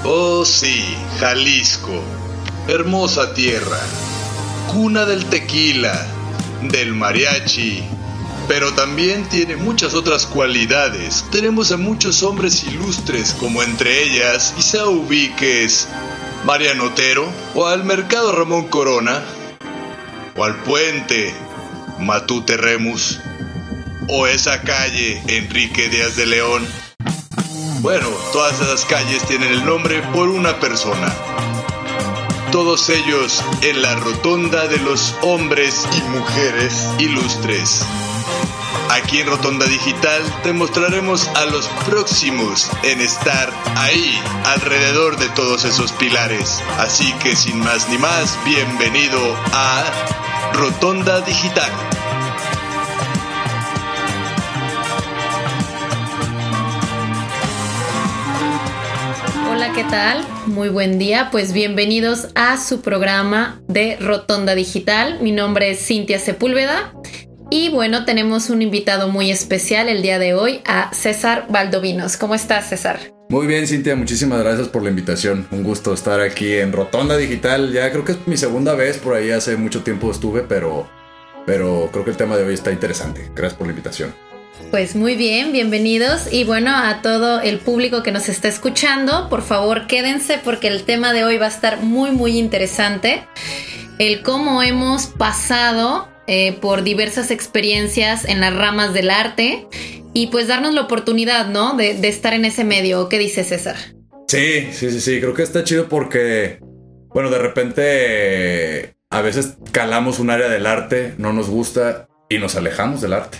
Oh sí, Jalisco, hermosa tierra, cuna del tequila, del mariachi, pero también tiene muchas otras cualidades. Tenemos a muchos hombres ilustres, como entre ellas, quizá ubiques Mariano Otero, o al Mercado Ramón Corona, o al Puente Matute Remus, o esa calle Enrique Díaz de León. Bueno, todas esas calles tienen el nombre por una persona. Todos ellos en la rotonda de los hombres y mujeres ilustres. Aquí en Rotonda Digital te mostraremos a los próximos en estar ahí, alrededor de todos esos pilares. Así que sin más ni más, bienvenido a Rotonda Digital. Hola, ¿qué tal? Muy buen día, pues bienvenidos a su programa de Rotonda Digital. Mi nombre es Cintia Sepúlveda y bueno, tenemos un invitado muy especial el día de hoy, a César Valdovinos. ¿Cómo estás, César? Muy bien, Cintia, muchísimas gracias por la invitación. Un gusto estar aquí en Rotonda Digital. Ya creo que es mi segunda vez, por ahí hace mucho tiempo estuve, pero creo que el tema de hoy está interesante. Gracias por la invitación. Pues muy bien, bienvenidos y bueno, a todo el público que nos está escuchando, por favor quédense porque el tema de hoy va a estar muy interesante. El cómo hemos pasado por diversas experiencias en las ramas del arte y pues darnos la oportunidad, ¿no? De estar en ese medio. ¿Qué dice César? Sí, creo que está chido porque, bueno, de repente a veces calamos un área del arte, no nos gusta y nos alejamos del arte.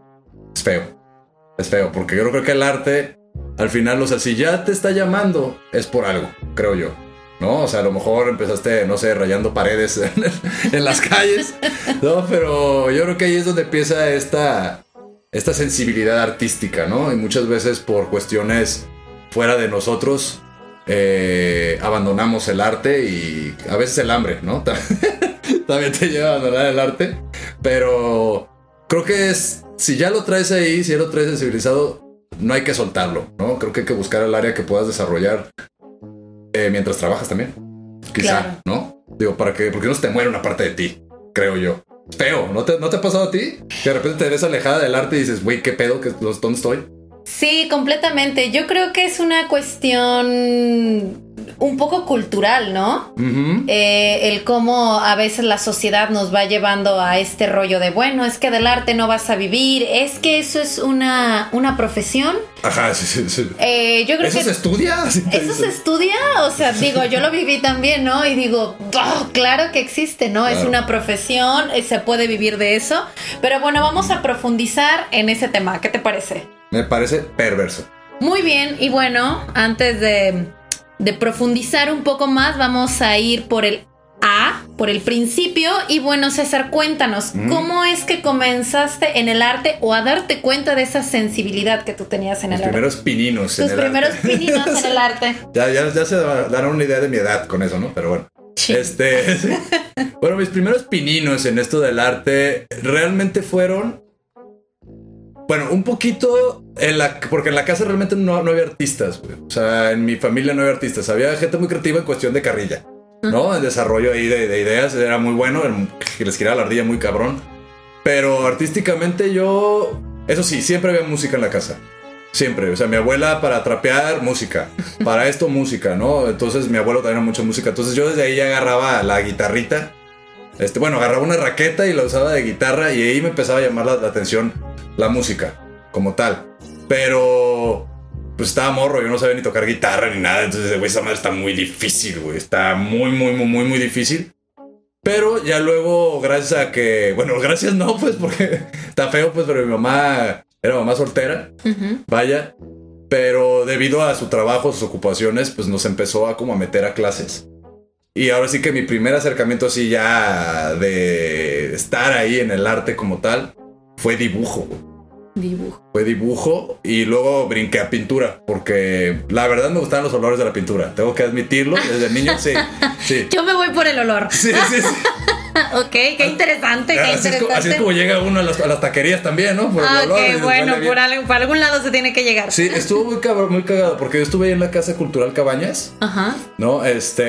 Es feo, porque yo creo que el arte, al final, o sea, si ya te está llamando, es por algo, creo yo, ¿no? O sea, a lo mejor empezaste, no sé, rayando paredes en las calles, ¿no? Pero yo creo que ahí es donde empieza esta sensibilidad artística, ¿no? Y muchas veces por cuestiones fuera de nosotros, abandonamos el arte y a veces el hambre, ¿no? También te lleva a abandonar el arte, pero creo que si ya lo traes ahí, si ya lo traes sensibilizado, no hay que soltarlo, ¿no? Creo que hay que buscar el área que puedas desarrollar mientras trabajas también. Quizá, claro. ¿No? Digo, porque no se te muere una parte de ti, creo yo. Es feo, ¿no te ha pasado a ti? Que de repente te ves alejada del arte y dices, güey, ¿qué pedo? ¿Dónde estoy? Sí, completamente. Yo creo que es una cuestión un poco cultural, ¿no? Uh-huh. El cómo a veces la sociedad nos va llevando a este rollo de, bueno, es que del arte no vas a vivir, es que eso es una profesión. Ajá, sí. Yo creo ¿Eso se estudia? ¿Eso se estudia? O sea, digo, yo lo viví también, ¿no? Y digo, oh, claro que existe, ¿no? Claro. Es una profesión, se puede vivir de eso. Pero bueno, vamos a profundizar en ese tema. ¿Qué te parece? Me parece perverso. Muy bien, y bueno, antes de profundizar un poco más, vamos a ir por el principio. Y bueno, César, cuéntanos, ¿cómo es que comenzaste en el arte o a darte cuenta de esa sensibilidad que tú tenías en el arte? Tus primeros pininos en el arte. Ya se darán una idea de mi edad con eso, ¿no? Pero bueno. Sí. Bueno, mis primeros pininos en esto del arte realmente fueron... Bueno, un poquito porque en la casa realmente no había artistas, güey. O sea, en mi familia no había artistas. Había gente muy creativa en cuestión de carrilla, ¿no? El desarrollo ahí de ideas era muy bueno. Les giraba la ardilla muy cabrón. Pero artísticamente eso sí, siempre había música en la casa. Siempre. O sea, mi abuela para trapear, música. Para esto, música, ¿no? Entonces mi abuelo también era mucha música. Entonces yo desde ahí ya agarraba la guitarrita. Agarraba una raqueta y la usaba de guitarra. Y ahí me empezaba a llamar la atención la música como tal, pero pues estaba morro, yo no sabía ni tocar guitarra ni nada, entonces güey, esa madre está muy difícil, güey, está muy difícil, pero ya luego gracias a que, bueno, gracias no, pues porque está feo, pues, pero mi mamá era mamá soltera, vaya, pero debido a su trabajo, sus ocupaciones, pues nos empezó a como a meter a clases. Y ahora sí que mi primer acercamiento así ya de estar ahí en el arte como tal fue dibujo. Fue dibujo y luego brinqué a pintura porque la verdad me gustaban los olores de la pintura. Tengo que admitirlo, desde niño sí. Yo me voy por el olor. Sí. Ok, qué interesante, qué interesante. Así es como llega uno a las taquerías también, ¿no? Por el olor, ok, bueno, por algún lado se tiene que llegar. Sí, estuvo muy cagado, porque yo estuve ahí en la Casa Cultural Cabañas. Ajá. ¿No?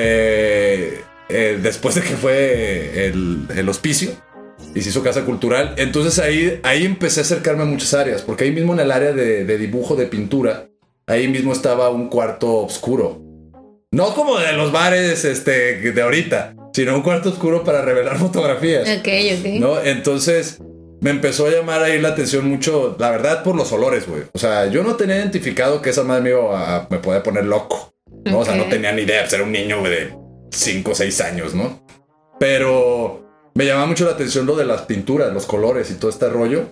Después de que fue el hospicio y se hizo Casa Cultural, entonces ahí empecé a acercarme a muchas áreas, porque ahí mismo en el área de dibujo, de pintura, ahí mismo estaba un cuarto oscuro. No como de los bares de ahorita, sino un cuarto oscuro para revelar fotografías. Ok. ¿No? Entonces me empezó a llamar ahí la atención mucho, la verdad, por los olores, güey. O sea, yo no tenía identificado que esa madre me podía poner loco, ¿no? Okay. O sea, no tenía ni idea, era un niño de 5 o 6 años, ¿no? Pero me llamaba mucho la atención lo de las pinturas, los colores y todo este rollo.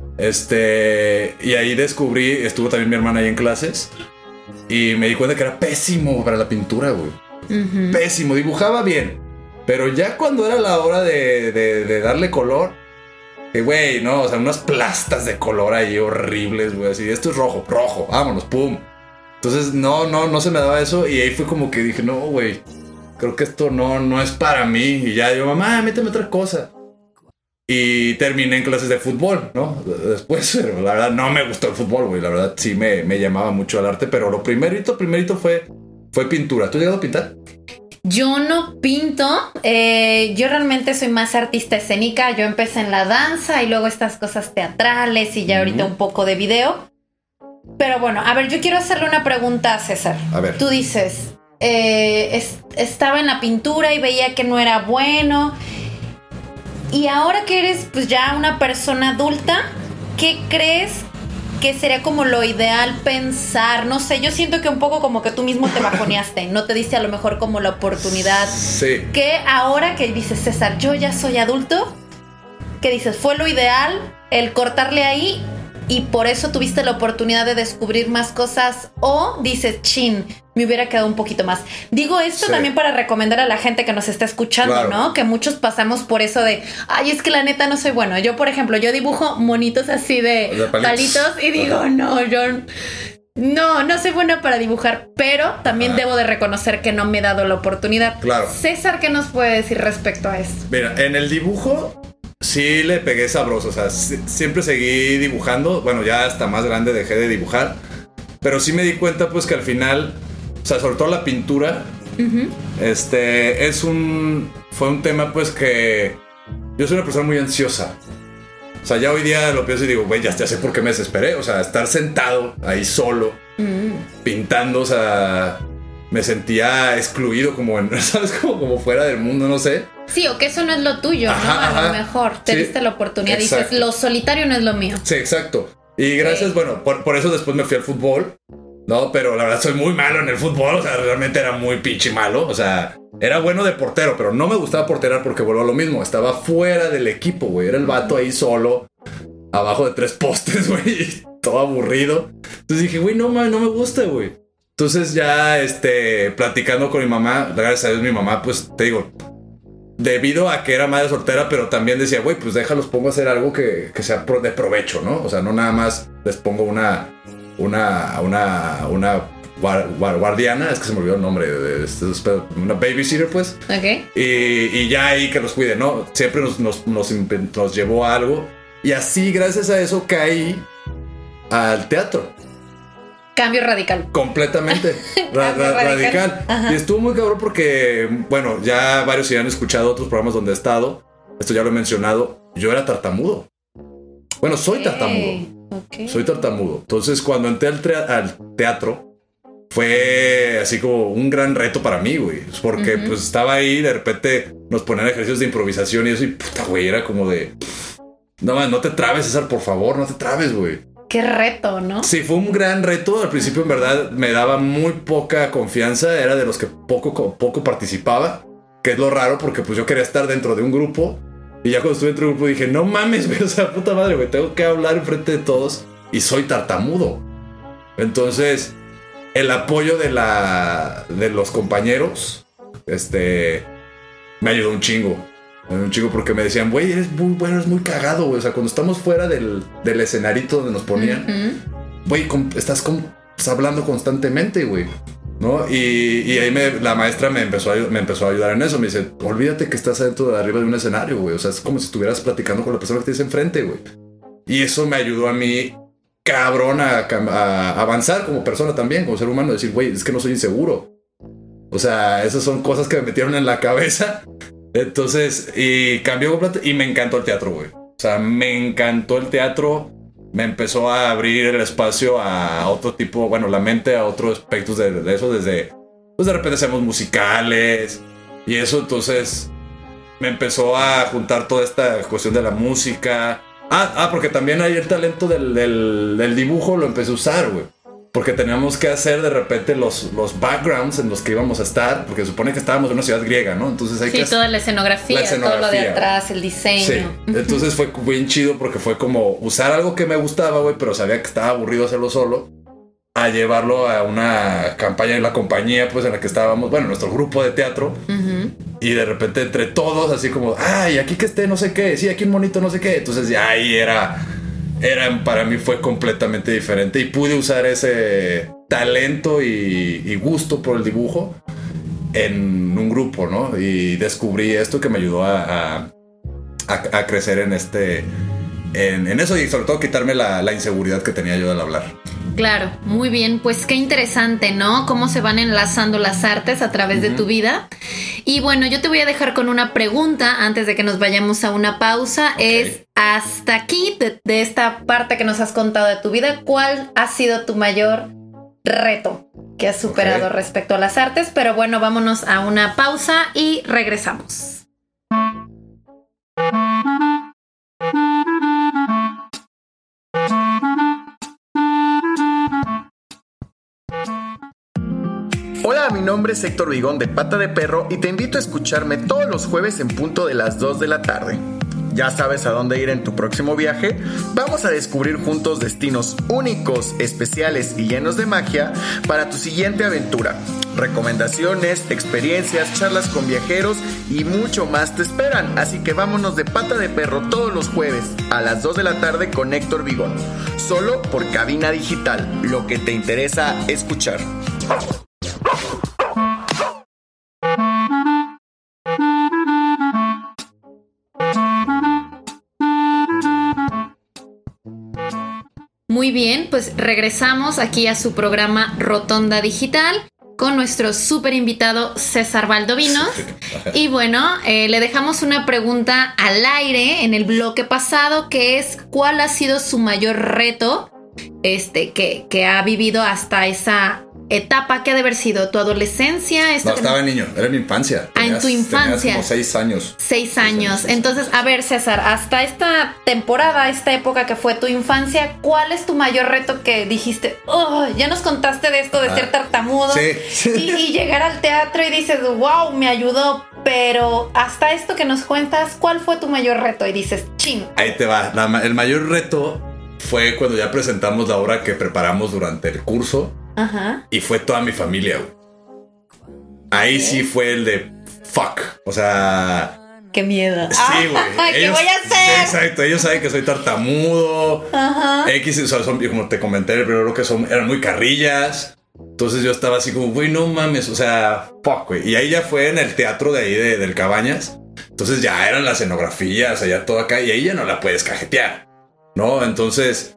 Y ahí estuvo también mi hermana ahí en clases. Y me di cuenta que era pésimo para la pintura, güey. Uh-huh. Pésimo, dibujaba bien. Pero ya cuando era la hora de darle color, güey, no, o sea, unas plastas de color ahí horribles, güey. Así, esto es rojo, vámonos, pum. Entonces, no se me daba eso. Y ahí fue como que dije, no, güey, creo que esto no es para mí. Y ya digo, mamá, méteme otra cosa. Y terminé en clases de fútbol, ¿no? Después, pero la verdad no me gustó el fútbol, güey. La verdad sí me llamaba mucho al arte, pero lo primerito fue pintura. ¿Tú has llegado a pintar? Yo no pinto, yo realmente soy más artista escénica. Yo empecé en la danza y luego estas cosas teatrales y ya ahorita un poco de video. Pero bueno, a ver, yo quiero hacerle una pregunta a César. A ver. Tú dices, estaba en la pintura y veía que no era bueno. Y ahora que eres pues ya una persona adulta, ¿qué crees que sería como lo ideal pensar? No sé, yo siento que un poco como que tú mismo te bajoneaste, no te diste a lo mejor como la oportunidad. Sí. Que ahora que dices, César, yo ya soy adulto, ¿qué dices? ¿Fue lo ideal el cortarle ahí y por eso tuviste la oportunidad de descubrir más cosas? O dices, chin, me hubiera quedado un poquito más. Digo esto también para recomendar a la gente que nos está escuchando, claro, ¿no? Que muchos pasamos por eso de, ay, es que la neta no soy bueno. Yo, por ejemplo, yo dibujo monitos así de palitos y digo, no, yo no soy buena para dibujar, pero también debo de reconocer que no me he dado la oportunidad. Claro. César, ¿qué nos puede decir respecto a esto? Mira, en el dibujo sí le pegué sabroso, o sea, siempre seguí dibujando. Bueno, ya hasta más grande dejé de dibujar, pero sí me di cuenta pues que al final, o sea, sobre todo la pintura, fue un tema pues que yo soy una persona muy ansiosa. O sea, ya hoy día lo pienso y digo, güey, ya sé por qué me desesperé. O sea, estar sentado ahí solo, pintando, o sea, me sentía excluido, como ¿sabes? Como fuera del mundo, no sé. Sí, o que eso no es lo tuyo, ¿no? A lo mejor te diste la oportunidad, exacto. Dices, lo solitario no es lo mío. Sí, exacto. Y gracias, bueno, por eso después me fui al fútbol, ¿no? Pero la verdad soy muy malo en el fútbol, o sea, realmente era muy pinche malo. O sea, era bueno de portero, pero no me gustaba porterar porque vuelvo a lo mismo. Estaba fuera del equipo, güey. Era el vato ahí solo, abajo de 3 postes, güey. Todo aburrido. Entonces dije, güey, no me gusta, güey. Entonces ya, platicando con mi mamá, gracias a Dios mi mamá, pues, te digo, debido a que era madre soltera, pero también decía, güey, pues déjalos, pongo a hacer algo que sea de provecho, ¿no? O sea, no nada más les pongo una guardiana, es que se me olvidó el nombre, una babysitter, pues. Ok. Y ya ahí que los cuide, ¿no? Siempre nos llevó a algo. Y así, gracias a eso, caí al teatro. Cambio radical. Completamente. Radical. Y estuvo muy cabrón porque, bueno, ya varios ya han escuchado otros programas donde he estado. Esto ya lo he mencionado. Yo era tartamudo. Bueno, soy tartamudo. Okay. Soy tartamudo. Entonces, cuando entré al teatro, fue así como un gran reto para mí, güey. Porque pues estaba ahí, de repente nos ponían ejercicios de improvisación y eso, y puta, güey, era como de... No te trabes, César, por favor, no te trabes, güey. Qué reto, ¿no? Sí, fue un gran reto. Al principio, en verdad, me daba muy poca confianza. Era de los que poco participaba, que es lo raro, porque pues yo quería estar dentro de un grupo. Y ya cuando estuve dentro de un grupo dije, no mames, güey, o sea, puta madre, güey, tengo que hablar enfrente de todos y soy tartamudo. Entonces, el apoyo de los compañeros, me ayudó un chingo. Porque me decían, güey, eres muy bueno, eres muy cagado, güey. O sea, cuando estamos fuera del escenarito donde nos ponían, güey, estás hablando constantemente, güey, ¿no? ¿no? Y ahí la maestra me empezó a ayudar en eso. Me dice, olvídate que estás adentro de arriba de un escenario, güey. O sea, es como si estuvieras platicando con la persona que tienes enfrente, güey. Y eso me ayudó a mí, cabrón, a avanzar como persona también, como ser humano. Decir, güey, es que no soy inseguro. O sea, esas son cosas que me metieron en la cabeza. Entonces, y cambió completamente. Y me encantó el teatro, güey. O sea, me encantó el teatro. Me empezó a abrir el espacio a otro tipo, bueno, la mente a otros aspectos de eso, desde, pues de repente hacemos musicales y eso, entonces me empezó a juntar toda esta cuestión de la música. Porque también hay el talento del dibujo, lo empecé a usar, güey. Porque teníamos que hacer de repente los backgrounds en los que íbamos a estar, porque se supone que estábamos en una ciudad griega, ¿no? Entonces hay que hacer toda la escenografía, todo lo de atrás, el diseño. Sí, entonces fue bien chido porque fue como usar algo que me gustaba, güey, pero sabía que estaba aburrido hacerlo solo, a llevarlo a una campaña en la compañía, pues en la que estábamos, bueno, nuestro grupo de teatro. Y de repente entre todos, así como, ay, aquí que esté no sé qué, sí, aquí un monito no sé qué. Entonces ya ahí para mí fue completamente diferente y pude usar ese talento y gusto por el dibujo en un grupo, ¿no? Y descubrí esto que me ayudó a crecer en eso y sobre todo quitarme la inseguridad que tenía yo al hablar. Claro, muy bien, pues qué interesante, ¿no? Cómo se van enlazando las artes a través de tu vida. Y bueno, yo te voy a dejar con una pregunta antes de que nos vayamos a una pausa. Okay. Es, hasta aquí, de esta parte que nos has contado de tu vida, ¿cuál ha sido tu mayor reto que has superado respecto a las artes? Pero bueno, vámonos a una pausa y regresamos. Hola, mi nombre es Héctor Vigón de Pata de Perro y te invito a escucharme todos los jueves en punto de las 2 de la tarde. ¿Ya sabes a dónde ir en tu próximo viaje? Vamos a descubrir juntos destinos únicos, especiales y llenos de magia para tu siguiente aventura. Recomendaciones, experiencias, charlas con viajeros y mucho más te esperan. Así que vámonos de Pata de Perro todos los jueves a las 2 de la tarde con Héctor Vigón. Solo por Cabina Digital, lo que te interesa escuchar. Muy bien, pues regresamos aquí a su programa Rotonda Digital con nuestro súper invitado César Valdovinos. Y bueno, le dejamos una pregunta al aire en el bloque pasado, que es ¿cuál ha sido su mayor reto que ha vivido hasta esa etapa? ¿Qué ha de haber sido? ¿Tu adolescencia? No, estaba niño, era mi infancia. En tu infancia. Tenías como 6 años. 6 años. Entonces, a ver, César, hasta esta temporada, esta época que fue tu infancia, ¿cuál es tu mayor reto que dijiste? Oh, ya nos contaste de esto de ser tartamudo. Sí. Y llegar al teatro y dices, wow, me ayudó. Pero hasta esto que nos cuentas, ¿cuál fue tu mayor reto? Y dices, chin. Ahí te va. El mayor reto fue cuando ya presentamos la obra que preparamos durante el curso. Ajá. Y fue toda mi familia, güey. Ahí sí fue el de fuck. O sea, qué miedo. Sí, güey. ¿Qué voy a hacer? Sí, exacto. Ellos saben que soy tartamudo. Ajá. O sea, como te comenté el primero, que eran muy carrillas. Entonces yo estaba así como, güey, no mames. O sea, fuck, güey. Y ahí ya fue en el teatro de ahí del Cabañas. Entonces ya eran las escenografías, o sea, ya todo acá. Y ahí ya no la puedes cajetear, ¿no? Entonces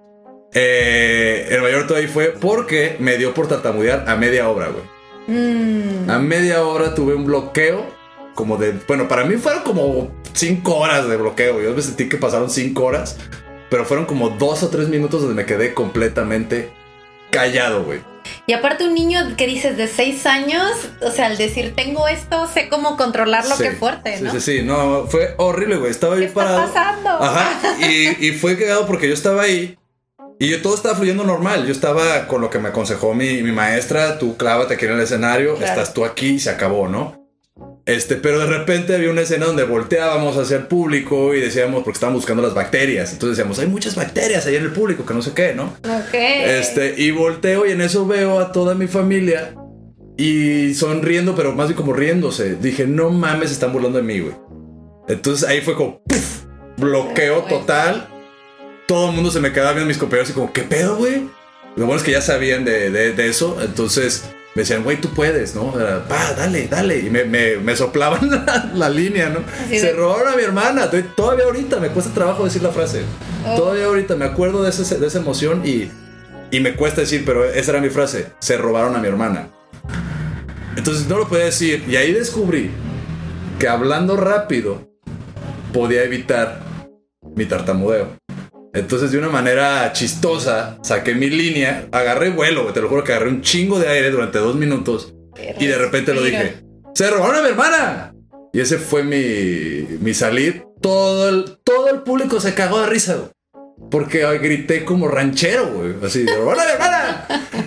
el mayor todo ahí fue porque me dio por tartamudear a media obra, güey. A media obra tuve un bloqueo como de... Bueno, para mí fueron como 5 horas de bloqueo. Yo me sentí que pasaron 5 horas, pero fueron como 2 o 3 minutos donde me quedé completamente callado, güey. Y aparte un niño que dices de 6 años, o sea, al decir tengo esto, sé cómo controlarlo, qué fuerte, ¿no? Sí, no, fue horrible, güey. Estaba ahí parado. ¿Qué está pasando? Ajá, y fue cagado porque yo estaba ahí y todo estaba fluyendo normal. Yo estaba con lo que me aconsejó mi maestra: tú clávate aquí en el escenario, claro. Estás tú aquí y se acabó, ¿no? Pero de repente había una escena donde volteábamos hacia el público y decíamos, porque estábamos buscando las bacterias, entonces decíamos, hay muchas bacterias ahí en el público, que no sé qué, ¿no? Ok. Y volteo y en eso veo a toda mi familia y sonriendo, pero más bien como riéndose. Dije, no mames, están burlando de mí, güey. Entonces ahí fue como, ¡puf! Bloqueo total. Todo el mundo se me quedaba viendo mis compañeros y como, ¿qué pedo, güey? Lo bueno es que ya sabían de eso, entonces me decían, güey, tú puedes, ¿no? Dale. Y me soplaban la línea, ¿no? Se robaron a mi hermana. Todavía ahorita me cuesta trabajo decir la frase. Todavía ahorita me acuerdo de esa emoción y me cuesta decir, pero esa era mi frase. Se robaron a mi hermana. Entonces no lo podía decir. Y ahí descubrí que hablando rápido podía evitar mi tartamudeo. Entonces de una manera chistosa saqué mi línea, agarré vuelo, te lo juro que agarré un chingo de aire durante 2 minutos y de repente lo dije, ¡se robaron a mi hermana! Y ese fue mi salir. Todo el público se cagó de risa, güey, porque grité como ranchero, güey, así, ¡se robaron a mi hermana!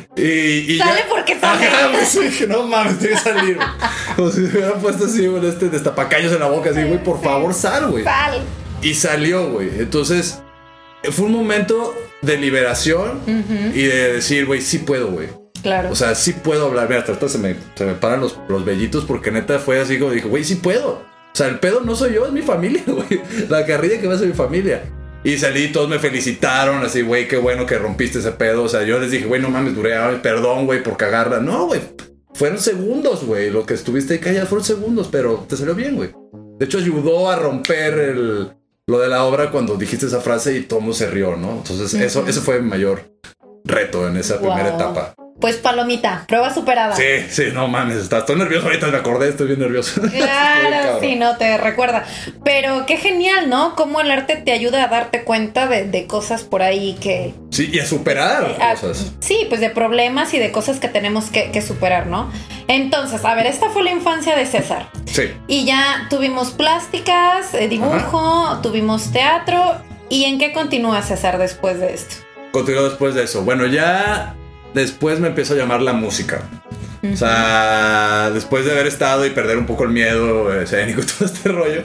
Y sale ya, porque sale. Dije, no mames, tengo que salir, güey. Como si me hubieran puesto así, güey, destapacaños en la boca, así, güey, por favor, sal, güey. Sal. Y salió, güey. Entonces fue un momento de liberación y de decir, güey, sí puedo, güey. Claro. O sea, sí puedo hablar. Mira, hasta se me paran los vellitos porque neta fue así como dijo, güey, sí puedo. O sea, el pedo no soy yo, es mi familia, güey. La carrilla que me hace mi familia. Y salí, todos me felicitaron, así, güey, qué bueno que rompiste ese pedo. O sea, yo les dije, güey, no mames, duré, perdón, güey, por cagarla. No, güey, fueron segundos, güey. Lo que estuviste ahí callado fueron segundos, pero te salió bien, güey. De hecho, ayudó a romper lo de la obra cuando dijiste esa frase y todo el mundo se rió, ¿no? Entonces, eso fue mi mayor reto en esa primera etapa. Pues palomita, prueba superada. Sí, no mames, estoy nervioso ahorita, me acordé, estoy bien nervioso. Claro, sí, no, te recuerda. Pero qué genial, ¿no? Cómo el arte te ayuda a darte cuenta de cosas por ahí que... Sí, y a superar cosas. Sí, pues de problemas y de cosas que tenemos que superar, ¿no? Entonces, a ver, esta fue la infancia de César. Sí. Y ya tuvimos plásticas, dibujo, tuvimos teatro. ¿Y en qué continúa César después de esto? Continuó después de eso. Bueno, ya... Después me empezó a llamar la música. O sea, después de haber estado y perder un poco el miedo escénico y todo este rollo,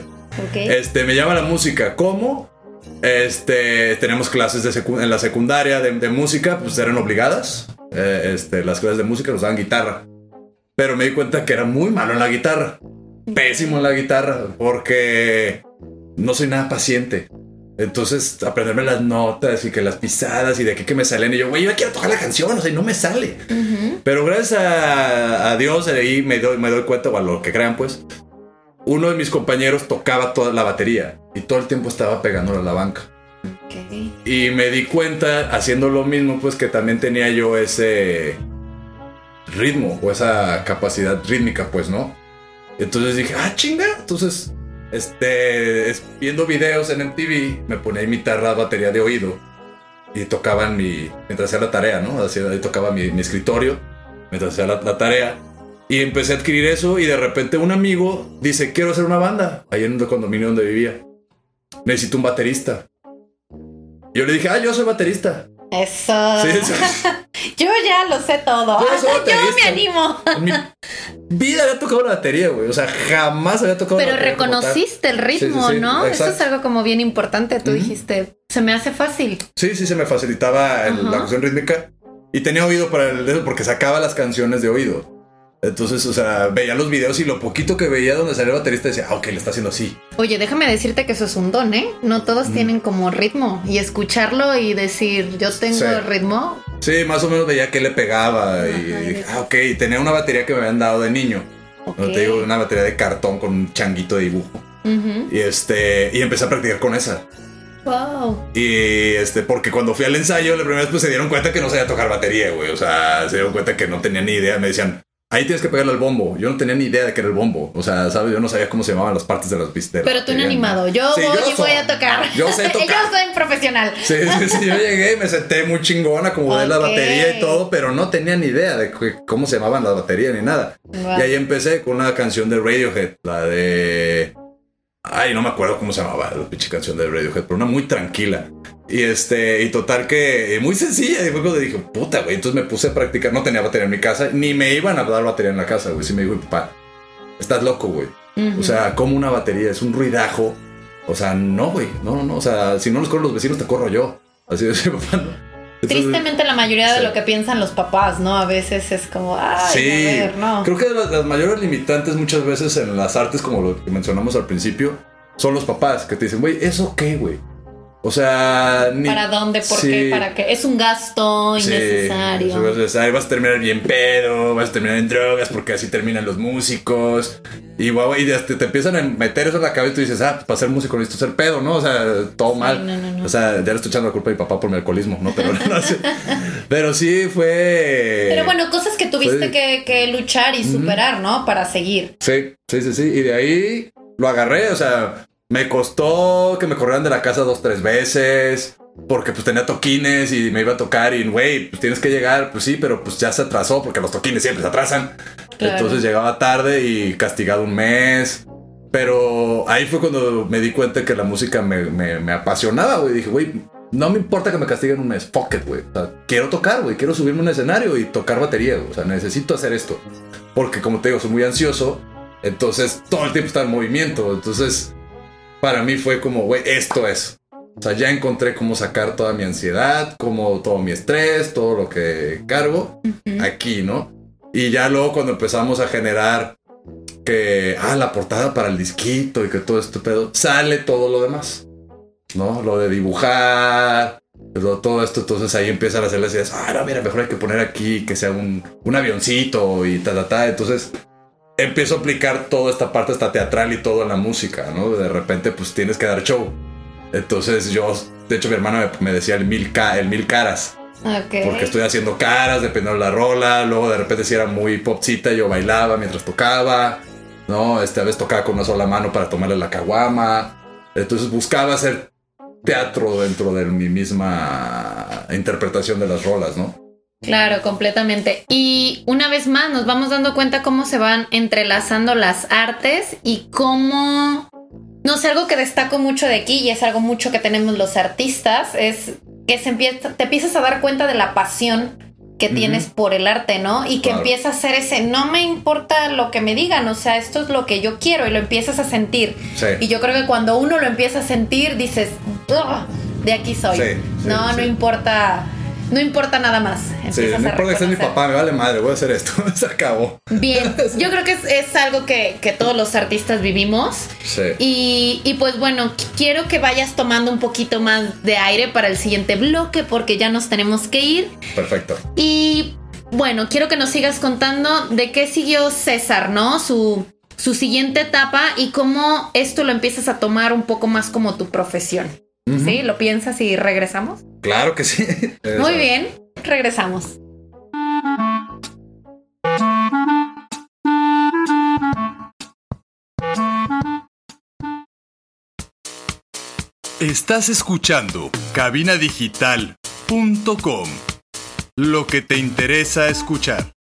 me llama la música. ¿Cómo? Tenemos clases en la secundaria de música, pues eran obligadas. Las clases de música nos daban guitarra. Pero me di cuenta que era muy malo en la guitarra. Pésimo en la guitarra, porque no soy nada paciente. Entonces, aprenderme las notas y que las pisadas y de qué me salen. Y yo, güey, yo quiero tocar la canción, o sea, y no me sale. Pero gracias a Dios, ahí me doy cuenta, o a lo que crean, pues, uno de mis compañeros tocaba toda la batería y todo el tiempo estaba pegándole a la banca. Y me di cuenta, haciendo lo mismo, pues, que también tenía yo ese ritmo o esa capacidad rítmica, pues, ¿no? Entonces dije, chinga, entonces... viendo videos en MTV, me ponía a imitar la batería de oído y tocaban mientras hacía la tarea, ¿no? Ahí tocaba mi escritorio mientras hacía la tarea y empecé a adquirir eso y de repente un amigo dice, quiero hacer una banda ahí en el condominio donde vivía, necesito un baterista. Yo le dije, yo soy baterista. Eso. Sí. Yo ya lo sé todo. Yo me animo. En mi vida había tocado la batería, güey. O sea, jamás había tocado la batería. Pero reconociste el ritmo, sí, ¿no? Exacto. Eso es algo como bien importante. Tú dijiste, se me hace fácil. Sí, se me facilitaba la cuestión rítmica. Y tenía oído para el dedo porque sacaba las canciones de oído. Entonces, o sea, veía los videos y lo poquito que veía donde salía el baterista decía, ok, le está haciendo así. Oye, déjame decirte que eso es un don, ¿eh? No todos tienen como ritmo. Y escucharlo y decir, yo tengo ritmo. Sí, más o menos veía que le pegaba. Y dije, ok, tenía una batería que me habían dado de niño. No te digo, una batería de cartón con un changuito de dibujo. Y empecé a practicar con esa. Wow. Y porque cuando fui al ensayo, la primera vez pues se dieron cuenta que no sabía tocar batería, güey. O sea, se dieron cuenta que no tenía ni idea. Me decían, ahí tienes que pegarle al bombo. Yo no tenía ni idea de que era el bombo. O sea, ¿sabes? Yo no sabía cómo se llamaban las partes de las pistas. Pero tú no animado. Yo voy a tocar. Yo sé tocar. Yo soy un profesional. Sí. Yo llegué y me senté muy chingona, como de la batería y todo, pero no tenía ni idea de cómo se llamaban las baterías ni nada. Wow. Y ahí empecé con una canción de Radiohead, la de... Ay, no me acuerdo cómo se llamaba la pinche canción de Radiohead, pero una muy tranquila. Y total que muy sencilla. Y fue cuando dije, puta, güey. Entonces me puse a practicar. No tenía batería en mi casa, ni me iban a dar batería en la casa, güey. Sí me dijo, papá, estás loco, güey. O sea, como una batería, es un ruidajo. O sea, no, güey. No. O sea, si no los corren los vecinos, te corro yo. Así de papá, ¿no? Entonces, tristemente la mayoría de lo que piensan los papás, ¿no? A veces es como, ay, sí, a ver, no. Creo que las mayores limitantes muchas veces en las artes, como lo que mencionamos al principio, son los papás que te dicen, güey, ¿eso qué, güey? O sea, ¿para dónde? ¿Por qué? ¿Para qué? Es un gasto innecesario. Sí, es innecesario. Vas a terminar bien pedo, vas a terminar en drogas, porque así terminan los músicos. Y te empiezan a meter eso en la cabeza y tú dices, pues para ser músico necesito ser pedo, ¿no? O sea, todo mal. No. O sea, ya le estoy echando la culpa a mi papá por mi alcoholismo, ¿no? Pero no sé. Pero sí fue... Pero bueno, cosas que tuviste que luchar y superar, ¿no? Para seguir. Sí. Y de ahí lo agarré, o sea... Me costó que me corrieran de la casa 2-3 veces, porque pues tenía toquines y me iba a tocar y güey, pues tienes que llegar, pues sí, pero pues ya se atrasó porque los toquines siempre se atrasan. Claro. Entonces llegaba tarde y castigado un mes. Pero ahí fue cuando me di cuenta que la música me apasionaba, güey. Dije, güey, no me importa que me castiguen un mes, fuck it, güey. O sea, quiero tocar, güey, quiero subirme a un escenario y tocar batería, güey. O sea, necesito hacer esto. Porque como te digo, soy muy ansioso, entonces todo el tiempo está en movimiento, entonces... Para mí fue como, güey, esto es. O sea, ya encontré cómo sacar toda mi ansiedad, como todo mi estrés, todo lo que cargo aquí, ¿no? Y ya luego cuando empezamos a generar que, la portada para el disquito y que todo este pedo, sale todo lo demás, ¿no? Lo de dibujar, todo esto, entonces ahí empiezan a hacer las ideas, no, mira, mejor hay que poner aquí que sea un avioncito y entonces... Empiezo a aplicar toda esta parte hasta teatral y todo en la música, ¿no? De repente, pues tienes que dar show. Entonces de hecho mi hermana me decía el mil caras. Okay. Porque estoy haciendo caras dependiendo de la rola. Luego de repente si era muy popcita, yo bailaba mientras tocaba, ¿no? A veces tocaba con una sola mano para tomarle la caguama. Entonces buscaba hacer teatro dentro de mi misma interpretación de las rolas, ¿no? Claro, completamente. Y una vez más nos vamos dando cuenta cómo se van entrelazando las artes y cómo, no sé, algo que destaco mucho de aquí y es algo mucho que tenemos los artistas, es que te empiezas a dar cuenta de la pasión que tienes por el arte, ¿no? Y que empieza a ser ese, no me importa lo que me digan, o sea, esto es lo que yo quiero y lo empiezas a sentir. Sí. Y yo creo que cuando uno lo empieza a sentir, dices, de aquí soy. No importa... No importa nada más. Sí, no importa que sea mi papá, me vale madre, voy a hacer esto, se acabó. Bien, yo creo que es algo que todos los artistas vivimos. Sí. Y pues bueno, quiero que vayas tomando un poquito más de aire para el siguiente bloque porque ya nos tenemos que ir. Perfecto. Y bueno, quiero que nos sigas contando de qué siguió César, ¿no? Su siguiente etapa y cómo esto lo empiezas a tomar un poco más como tu profesión. ¿Sí? ¿Lo piensas y regresamos? Claro que sí. Muy bien, regresamos. Estás escuchando cabinadigital.com. Lo que te interesa escuchar.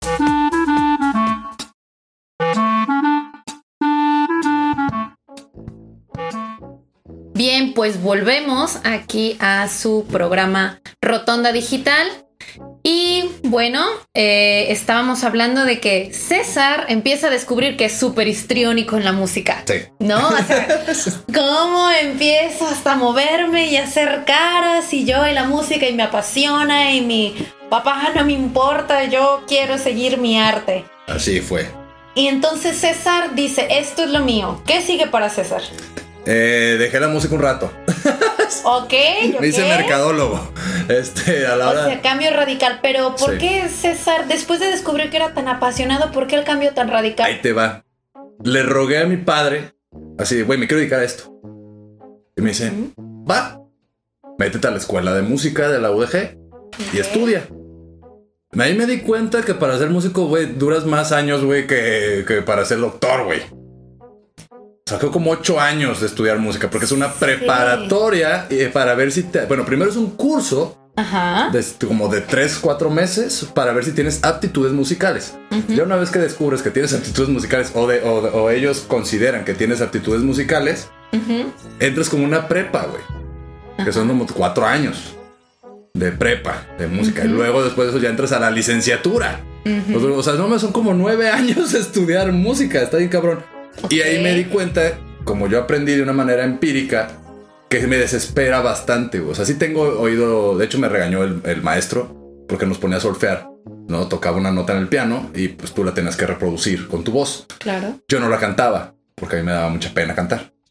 Bien, pues volvemos aquí a su programa Rotonda Digital. Y bueno, estábamos hablando de que César empieza a descubrir que es súper histriónico en la música. Sí. ¿No? O sea, cómo empiezo hasta a moverme y a hacer caras y yo y la música y me apasiona y mi papá no me importa, yo quiero seguir mi arte. Así fue. Y entonces César dice, esto es lo mío. ¿Qué sigue para César? Dejé la música un rato. Ok. Me hice mercadólogo. A la hora... O sea, cambio radical. Pero ¿por qué César, después de descubrir que era tan apasionado, por qué el cambio tan radical? Ahí te va. Le rogué a mi padre, así, güey, me quiero dedicar a esto. Y me dice, va, métete a la escuela de música de la UDG y estudia. Ahí me di cuenta que para ser músico, güey, duras más años, güey, que para ser doctor, güey. Sacó como 8 años de estudiar música porque es una preparatoria para ver si bueno, primero es un curso como de 3-4 meses para ver si tienes aptitudes musicales. Ya una vez que descubres que tienes aptitudes musicales o ellos consideran que tienes aptitudes musicales, entras como una prepa, güey, que son como 4 años de prepa de música y luego después de eso ya entras a la licenciatura. O sea, no, son como 9 años de estudiar música, está bien cabrón. Y ahí me di cuenta, como yo aprendí de una manera empírica, que me desespera bastante. O sea, sí tengo oído. De hecho, me regañó el maestro porque nos ponía a solfear, ¿no? Tocaba una nota en el piano y pues tú la tenías que reproducir con tu voz. Claro. Yo no la cantaba porque a mí me daba mucha pena cantar.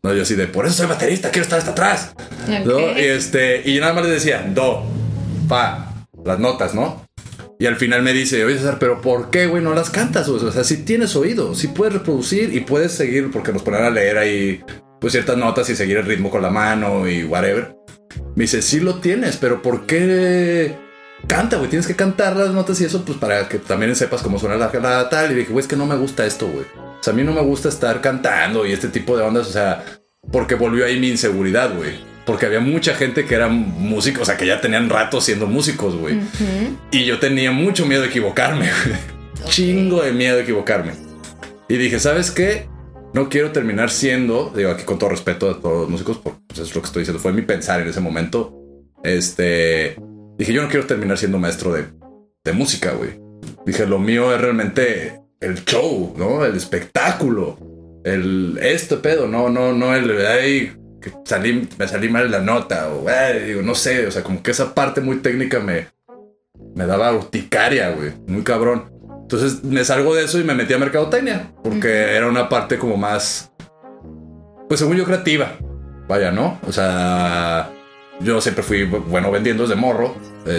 No, yo así de, por eso soy baterista, quiero estar hasta atrás. Okay. ¿No? Y nada más les decía, do, fa, las notas, ¿no? Y al final me dice, oye César, pero ¿por qué, güey, no las cantas? O sea, si tienes oído, si puedes reproducir y puedes seguir, porque nos ponen a leer ahí pues ciertas notas y seguir el ritmo con la mano y whatever. Me dice, sí lo tienes, pero ¿por qué canta, güey? Tienes que cantar las notas y eso, pues para que también sepas cómo suena la tal. Y dije, güey, es que no me gusta esto, güey. O sea, a mí no me gusta estar cantando y este tipo de ondas, o sea, porque volvió ahí mi inseguridad, güey. Porque había mucha gente que eran músicos, o sea, que ya tenían rato siendo músicos, güey. Y yo tenía mucho miedo de equivocarme, güey. Chingo de miedo de equivocarme. Y dije, ¿sabes qué? No quiero terminar siendo, digo aquí con todo respeto a todos los músicos, porque pues, es lo que estoy diciendo, fue mi pensar en ese momento. Dije, yo no quiero terminar siendo maestro de música, güey. Dije, lo mío es realmente el show, ¿no? El espectáculo. Este pedo, no el... Ay, que me salí mal en la nota, o digo, no sé, o sea, como que esa parte muy técnica me daba urticaria, güey, muy cabrón. Entonces me salgo de eso y me metí a mercadotecnia, porque era una parte como más, pues según yo, creativa. Vaya, ¿no? O sea, yo siempre fui bueno vendiendo desde morro.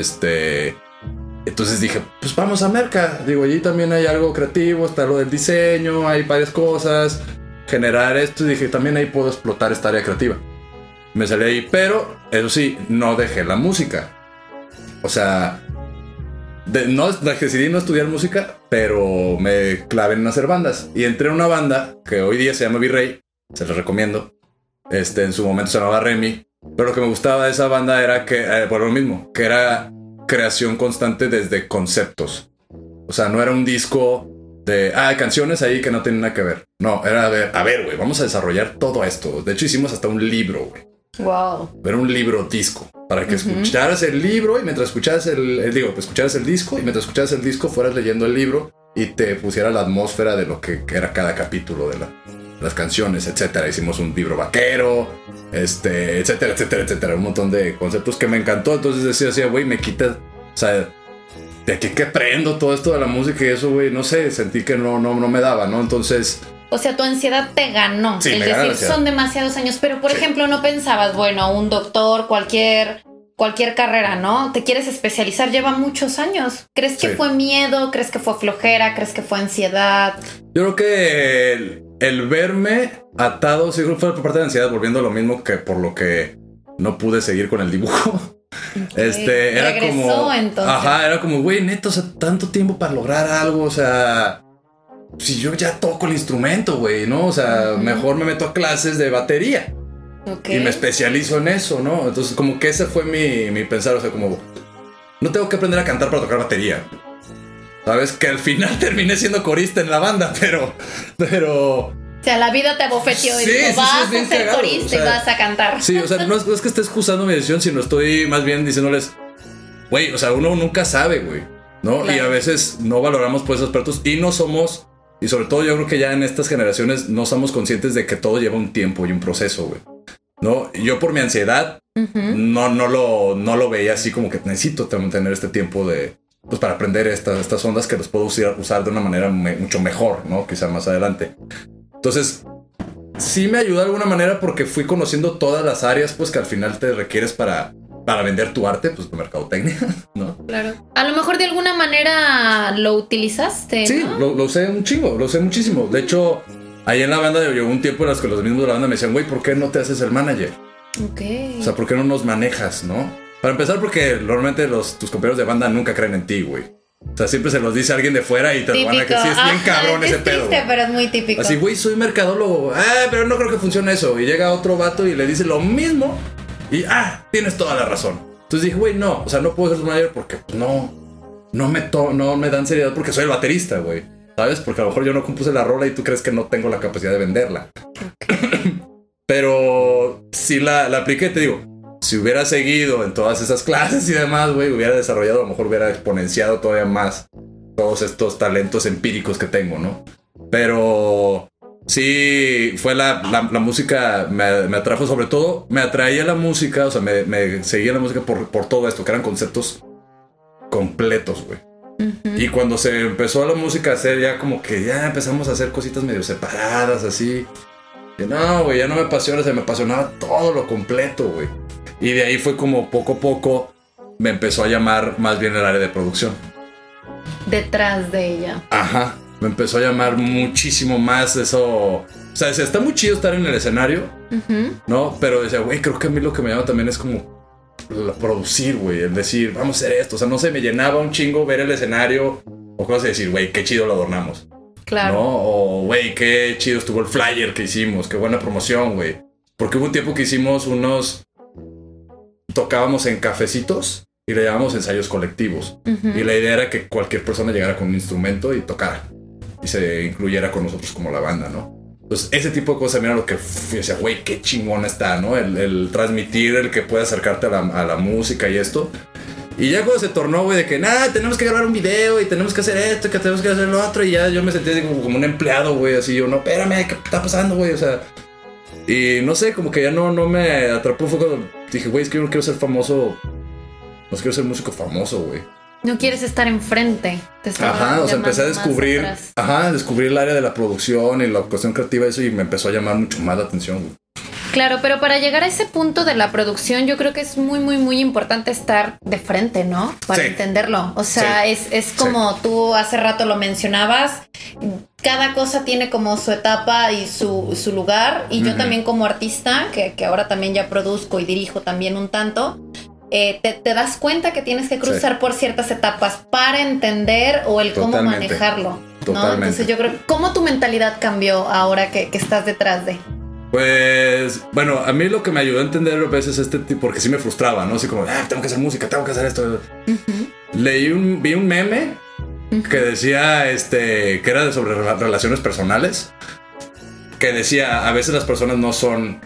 Entonces dije, pues vamos a Merca. Digo, allí también hay algo creativo, está lo del diseño, hay varias cosas, generar esto. Y dije, también ahí puedo explotar esta área creativa. Me salí ahí, pero eso sí, no dejé la música. O sea, decidí no estudiar música, pero me clavé en hacer bandas. Y entré en una banda que hoy día se llama Virrey, se les recomiendo. En su momento se llamaba Remy. Pero lo que me gustaba de esa banda era que, por lo mismo, que era creación constante desde conceptos. O sea, no era un disco de canciones ahí que no tienen nada que ver. No, era a ver, güey, vamos a desarrollar todo esto. De hecho, hicimos hasta un libro, güey. Wow. Era un libro disco para que escucharas el libro y mientras escucharas escucharas el disco y mientras escucharas el disco fueras leyendo el libro y te pusiera la atmósfera de lo que era cada capítulo de las canciones, etcétera. Hicimos un libro vaquero, etcétera, etcétera, etcétera. Un montón de conceptos que me encantó. Entonces decía, güey, me quita, o sea, de aquí que aprendo todo esto de la música y eso, güey, no sé, sentí que no me daba, ¿no? Entonces... O sea, tu ansiedad te ganó. Sí, es decir, son demasiados años. Pero, por ejemplo, no pensabas, bueno, un doctor, cualquier carrera, ¿no? Te quieres especializar, lleva muchos años. ¿Crees que fue miedo? ¿Crees que fue flojera? ¿Crees que fue ansiedad? Yo creo que el verme atado, sí, fue por parte de ansiedad, volviendo a lo mismo que por lo que no pude seguir con el dibujo. Era regresó, como... entonces. Ajá, era como, güey, neto, o sea, tanto tiempo para lograr algo, o sea... Si yo ya toco el instrumento, güey, ¿no? O sea, mejor me meto a clases de batería. Y me especializo en eso, ¿no? Entonces, como que ese fue mi pensar, o sea, como... No tengo que aprender a cantar para tocar batería. ¿Sabes? Que al final terminé siendo corista en la banda, pero... O sea, la vida te abofeteó y dijo, vas a ser corista, o sea, y vas a cantar. Sí, o sea, no es que esté excusando mi decisión, sino estoy más bien diciéndoles, güey, o sea, uno nunca sabe, güey, ¿no? Claro. Y a veces no valoramos pues esos expertos y no somos... Y sobre todo yo creo que ya en estas generaciones no somos conscientes de que todo lleva un tiempo y un proceso, güey, ¿no? Yo por mi ansiedad no lo veía así como que necesito tener este tiempo de... Pues para aprender estas ondas que los puedo usar de una manera mucho mejor, ¿no? Quizá más adelante. Entonces, sí me ayudó de alguna manera porque fui conociendo todas las áreas, pues que al final te requieres para vender tu arte, pues tu mercadotecnia, ¿no? Claro. A lo mejor de alguna manera lo utilizaste, ¿no? Sí, lo usé un chingo, lo usé muchísimo. De hecho, ahí en la banda llegó un tiempo en los que los mismos de la banda me decían, güey, ¿por qué no te haces el manager? Ok. O sea, ¿por qué no nos manejas, no? Para empezar, porque normalmente tus compañeros de banda nunca creen en ti, güey. O sea, siempre se los dice alguien de fuera y te lo van a decir. Sí, es bien cabrón ese pedo. Es triste, pero es muy típico. Así, güey, soy mercadólogo. Pero no creo que funcione eso. Y llega otro vato y le dice lo mismo. Y, tienes toda la razón. Entonces dije, güey, no. O sea, no puedo ser su manager porque pues, no me dan seriedad porque soy el baterista, güey. ¿Sabes? Porque a lo mejor yo no compuse la rola y tú crees que no tengo la capacidad de venderla. Okay. Pero sí la apliqué, te digo. Si hubiera seguido en todas esas clases y demás, güey, hubiera desarrollado, a lo mejor hubiera exponenciado todavía más todos estos talentos empíricos que tengo, ¿no? Pero sí, fue la música, me atrajo, sobre todo, me atraía la música, o sea, me seguía la música por todo esto, que eran conceptos completos, güey. Y cuando se empezó la música a hacer, ya como que ya empezamos a hacer cositas medio separadas, así. Y no, güey, ya no me apasiona, me apasionaba todo lo completo, güey. Y de ahí fue como poco a poco me empezó a llamar más bien el área de producción. Detrás de ella. Ajá, me empezó a llamar muchísimo más eso. O sea, decía, está muy chido estar en el escenario, ¿no? Pero decía, güey, creo que a mí lo que me llama también es como producir, güey, el decir, vamos a hacer esto. O sea, no sé, me llenaba un chingo ver el escenario o cosas de decir, güey, qué chido lo adornamos. Claro. ¿No? O, güey, qué chido estuvo el flyer que hicimos, qué buena promoción, güey. Porque hubo un tiempo que hicimos tocábamos en cafecitos y le llamábamos ensayos colectivos. Y la idea era que cualquier persona llegara con un instrumento y tocara. Y se incluyera con nosotros como la banda, ¿no? Entonces, ese tipo de cosas, mira lo que decía, güey, qué chingona está, ¿no? El transmitir, el que pueda acercarte a la música y esto. Y ya cuando se tornó, güey, de que, nada, tenemos que grabar un video y tenemos que hacer esto, que tenemos que hacer lo otro. Y ya yo me sentí así como un empleado, güey, así yo, no, espérame, ¿qué está pasando, güey? O sea, y no sé, como que ya no me atrapó. Fue cuando dije, güey, es que yo no quiero ser famoso, no quiero ser músico famoso, güey. No quieres estar enfrente. Ajá, o sea, empecé a descubrir, descubrir el área de la producción y la cuestión creativa, eso, y me empezó a llamar mucho más la atención, güey. Claro, pero para llegar a ese punto de la producción, yo creo que es muy, muy, muy importante estar de frente, ¿no? Para entenderlo. O sea, es como tú hace rato lo mencionabas. Cada cosa tiene como su etapa y su lugar. Y yo también como artista, que ahora también ya produzco y dirijo también un tanto, te das cuenta que tienes que cruzar por ciertas etapas para entender o el cómo manejarlo, ¿no? Entonces yo creo, ¿cómo tu mentalidad cambió ahora que estás detrás de...? Pues, bueno, a mí lo que me ayudó a entender a veces este tipo, porque sí me frustraba, ¿no? Así como, tengo que hacer música, tengo que hacer esto. Vi un meme que decía, que era sobre relaciones personales, que decía, a veces las personas no son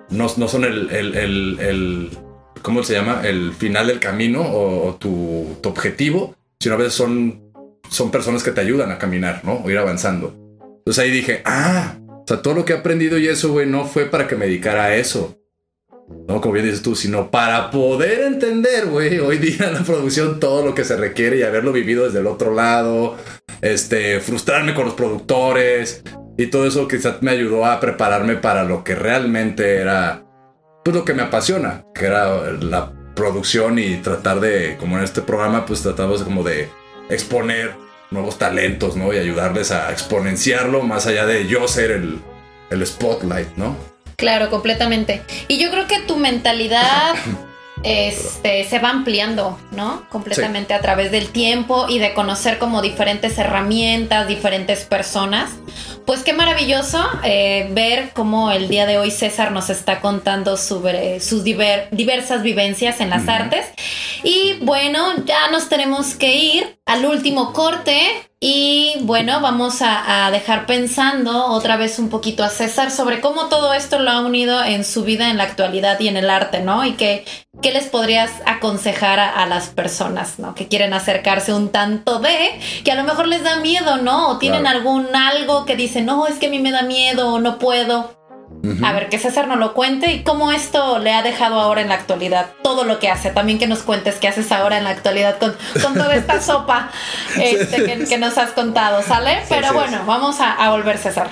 el ¿cómo se llama? El final del camino o tu objetivo, sino a veces son personas que te ayudan a caminar, ¿no? O ir avanzando. Entonces ahí dije, o sea, todo lo que he aprendido y eso, güey, no fue para que me dedicara a eso, ¿no? Como bien dices tú, sino para poder entender, güey, hoy día en la producción todo lo que se requiere y haberlo vivido desde el otro lado, frustrarme con los productores y todo eso quizás me ayudó a prepararme para lo que realmente era, pues lo que me apasiona, que era la producción y tratar de, como en este programa, pues tratamos como de exponer nuevos talentos, ¿no? Y ayudarles a exponenciarlo más allá de yo ser el spotlight, ¿no? Claro, completamente. Y yo creo que tu mentalidad se va ampliando, ¿no? Completamente a través del tiempo y de conocer como diferentes herramientas, diferentes personas. Pues qué maravilloso ver cómo el día de hoy César nos está contando sobre sus diversas vivencias en las artes. Y bueno, ya nos tenemos que ir al último corte. Y bueno, vamos a dejar pensando otra vez un poquito a César sobre cómo todo esto lo ha unido en su vida en la actualidad y en el arte, ¿no? Y qué les podrías aconsejar a las personas, ¿no? Que quieren acercarse un tanto que a lo mejor les da miedo, ¿no? O tienen algo que dicen, no, es que a mí me da miedo o no puedo. A ver, que César nos lo cuente y cómo esto le ha dejado ahora en la actualidad, todo lo que hace. También que nos cuentes qué haces ahora en la actualidad con toda esta sopa que nos has contado, ¿sale? Pero bueno, vamos a volver, César.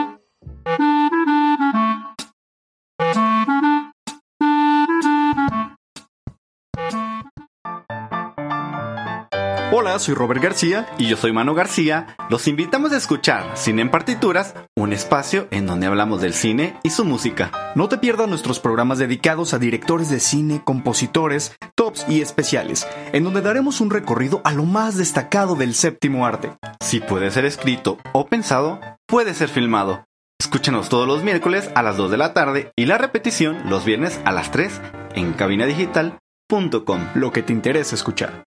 Hola, soy Robert García y yo soy Mano García. Los invitamos a escuchar Cine en Partituras, un espacio en donde hablamos del cine y su música. No te pierdas nuestros programas dedicados a directores de cine, compositores, tops y especiales, en donde daremos un recorrido a lo más destacado del séptimo arte. Si puede ser escrito o pensado, puede ser filmado. Escúchanos todos los miércoles a las 2 de la tarde y la repetición los viernes a las 3 en cabinadigital.com. Lo que te interesa escuchar.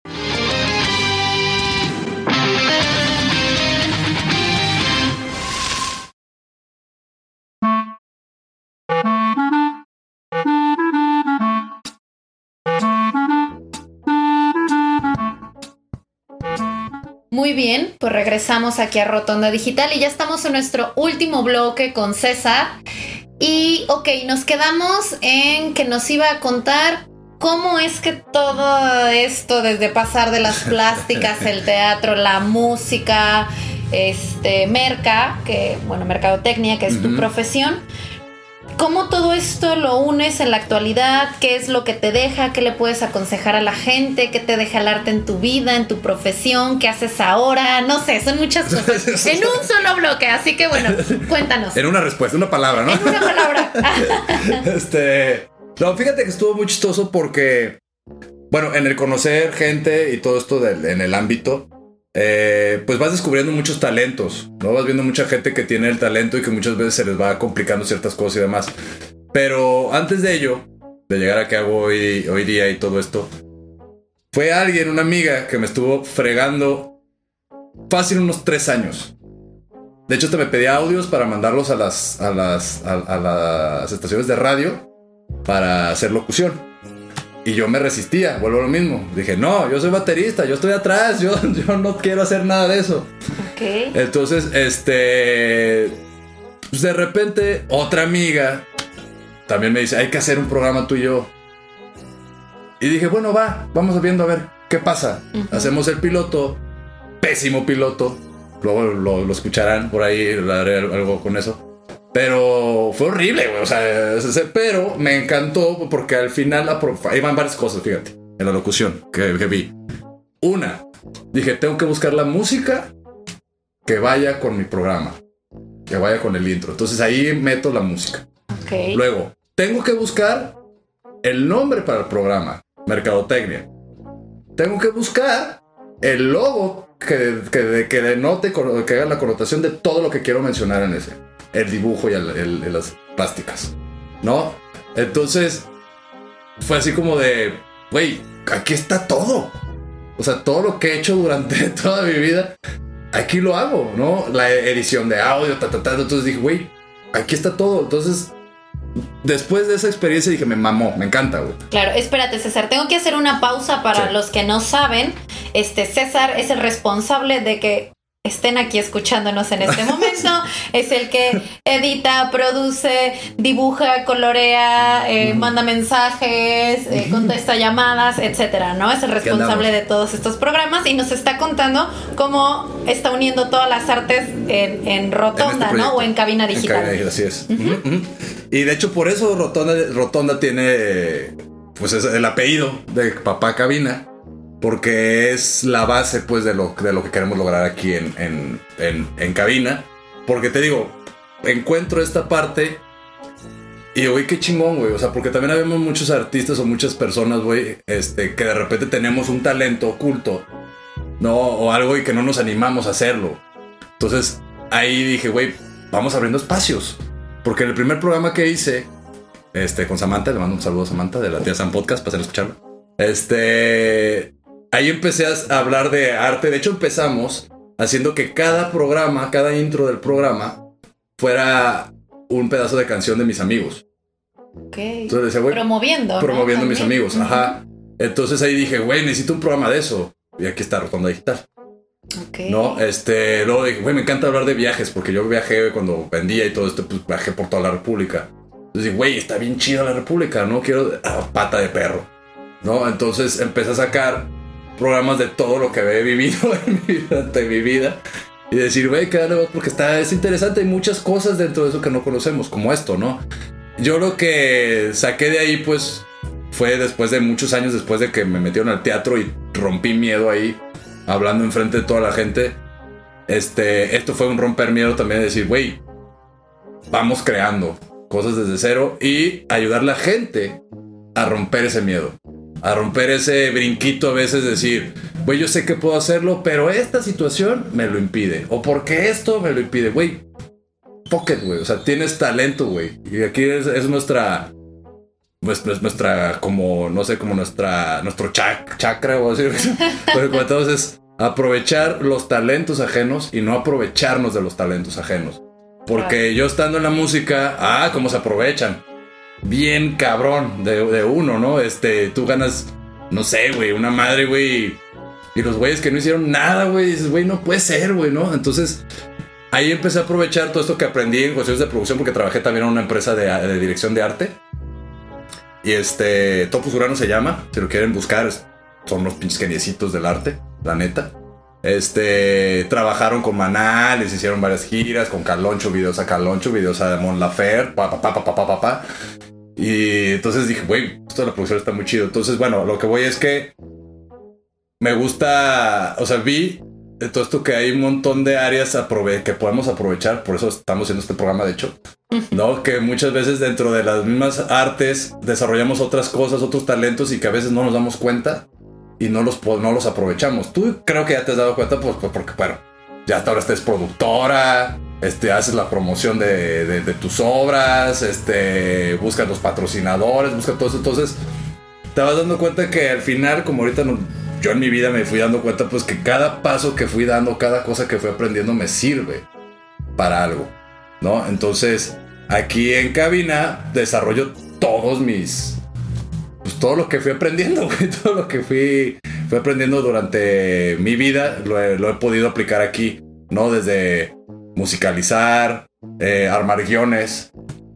Muy bien, pues regresamos aquí a Rotonda Digital y ya estamos en nuestro último bloque con César. Y nos quedamos en que nos iba a contar cómo es que todo esto, desde pasar de las plásticas, el teatro, la música, mercadotecnia, que es tu profesión, ¿Cómo todo esto lo unes en la actualidad? ¿Qué es lo que te deja? ¿Qué le puedes aconsejar a la gente? ¿Qué te deja el arte en tu vida, en tu profesión? ¿Qué haces ahora? No sé, son muchas cosas en un solo bloque, así que bueno, cuéntanos. En una respuesta, una palabra, ¿no? En una palabra. No, fíjate que estuvo muy chistoso porque, bueno, en el conocer gente y todo esto en el ámbito, pues vas descubriendo muchos talentos, ¿no? Vas viendo mucha gente que tiene el talento y que muchas veces se les va complicando ciertas cosas y demás. Pero antes de ello, de llegar a que hago hoy día y todo esto, fue alguien, una amiga, que me estuvo fregando fácil unos 3 años. De hecho, te me pedía audios para mandarlos a las estaciones de radio para hacer locución. Y yo me resistía, vuelvo a lo mismo. Dije, no, yo soy baterista, yo estoy atrás, yo no quiero hacer nada de eso. Ok. Entonces, pues de repente, otra amiga también me dice, hay que hacer un programa tú y yo. Y dije, bueno, vamos viendo a ver qué pasa. Hacemos el piloto, pésimo piloto. Luego lo escucharán por ahí, haré algo con eso. Pero fue horrible, güey. O sea, pero me encantó porque al final ahí van varias cosas, fíjate, en la locución que vi. Una, dije, tengo que buscar la música que vaya con mi programa, que vaya con el intro. Entonces ahí meto la música. Okay. Luego, tengo que buscar el nombre para el programa, mercadotecnia. Tengo que buscar el logo que denote, que haga la connotación de todo lo que quiero mencionar en ese. El dibujo y las plásticas, ¿no? Entonces fue así como de, güey, aquí está todo. O sea, todo lo que he hecho durante toda mi vida, aquí lo hago, ¿no? La edición de audio, Entonces dije, güey, aquí está todo. Entonces, después de esa experiencia dije, me mamó, me encanta, güey. Claro, espérate, César, tengo que hacer una pausa para los que no saben. César es el responsable de que estén aquí escuchándonos en este momento. Es el que edita, produce, dibuja, colorea, manda mensajes, contesta llamadas, etcétera, ¿no? Es el responsable de todos estos programas y nos está contando cómo está uniendo todas las artes en Rotonda, ¿no? O en Cabina Digital. En Cabina Digital, así es. Y de hecho por eso Rotonda tiene pues es el apellido de Papá Cabina. Porque es la base, pues, de lo que queremos lograr aquí en Cabina. Porque te digo, encuentro esta parte y digo, güey, qué chingón, güey. O sea, porque también habemos muchos artistas o muchas personas, güey, que de repente tenemos un talento oculto, ¿no? O algo y que no nos animamos a hacerlo. Entonces, ahí dije, güey, vamos abriendo espacios. Porque en el primer programa que hice, con Samantha, le mando un saludo a Samantha de la Tía Sam Podcast, para escucharlo. Ahí empecé a hablar de arte. De hecho, empezamos haciendo que cada programa, cada intro del programa, fuera un pedazo de canción de mis amigos. Ok. Entonces decía, güey, promoviendo ¿no? a mis amigos. Ajá. Entonces ahí dije, güey, necesito un programa de eso. Y aquí está Rotonda Digital. Ok. ¿No? Luego dije, güey, me encanta hablar de viajes, porque yo viajé cuando vendía y todo esto, pues viajé por toda la República. Entonces dije, güey, está bien chido la República, ¿no? Quiero pata de perro, ¿no? Entonces empecé a sacar programas de todo lo que había vivido durante mi vida y decir, güey, porque es interesante. Hay muchas cosas dentro de eso que no conocemos, como esto, ¿no? Yo lo que saqué de ahí, pues, fue después de muchos años, después de que me metieron al teatro y rompí miedo ahí, hablando enfrente de toda la gente. Esto fue un romper miedo también, de decir, güey, vamos creando cosas desde cero y ayudar a la gente a romper ese miedo, a romper ese brinquito a veces, decir, güey, yo sé que puedo hacerlo, pero esta situación me lo impide, o porque esto me lo impide. Güey, pocket, güey, o sea, tienes talento, güey, y aquí es nuestra, como, no sé, como nuestro chakra, o así, pero como todos es aprovechar los talentos ajenos y no aprovecharnos de los talentos ajenos, porque yo estando en la música, cómo se aprovechan. Bien cabrón de uno, ¿no? Tú ganas, no sé, güey, una madre, güey. Y los güeyes que no hicieron nada, güey, dices, güey, no puede ser, güey, ¿no? Entonces, ahí empecé a aprovechar todo esto que aprendí en cuestiones de producción, porque trabajé también en una empresa de dirección de arte. Y Topos Urano se llama, si lo quieren buscar, son los pinches geniecitos del arte, la neta. Trabajaron con Maná, les hicieron varias giras, con Caloncho, videos a Mon Laferte, Y entonces dije, güey, esto de la producción está muy chido. Entonces, bueno, lo que voy es que me gusta, o sea, vi de todo esto que hay un montón de áreas que podemos aprovechar, por eso estamos haciendo este programa, de hecho, ¿no? Que muchas veces dentro de las mismas artes desarrollamos otras cosas, otros talentos y que a veces no nos damos cuenta y no los aprovechamos. Tú creo que ya te has dado cuenta porque, bueno, ya hasta ahora estás productora, haces la promoción de tus obras, buscas los patrocinadores, buscas todo eso. Entonces te vas dando cuenta que al final, como ahorita yo en mi vida me fui dando cuenta, pues que cada paso que fui dando, cada cosa que fui aprendiendo me sirve para algo, ¿no? Entonces aquí en cabina desarrollo todo lo que fui aprendiendo, güey. Todo lo que fui aprendiendo durante mi vida lo he podido aplicar aquí, ¿no? Desde musicalizar, armar guiones,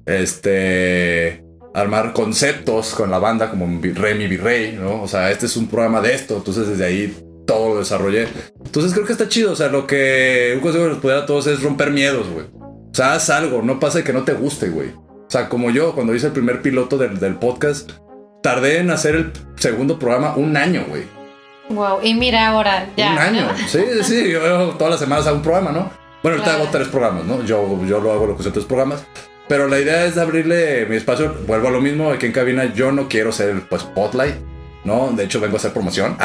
armar conceptos con la banda como Remy Virrey, ¿no? O sea, este es un programa de esto, entonces desde ahí todo lo desarrollé. Entonces creo que está chido, o sea, un consejo que nos pudiera a todos es romper miedos, güey. O sea, haz algo, no pasa que no te guste, güey. O sea, como yo, cuando hice el primer piloto del podcast, tardé en hacer el segundo programa 1 año, güey. Wow, y mira ahora, ya. 1 año, sí, yo todas las semanas hago un programa, ¿no? Bueno, ahorita hago 3 programas, ¿no? Yo lo hago lo que son 3 programas. Pero la idea es abrirle mi espacio. Vuelvo a lo mismo, aquí en cabina yo no quiero ser el spotlight, ¿no? De hecho vengo a hacer promoción.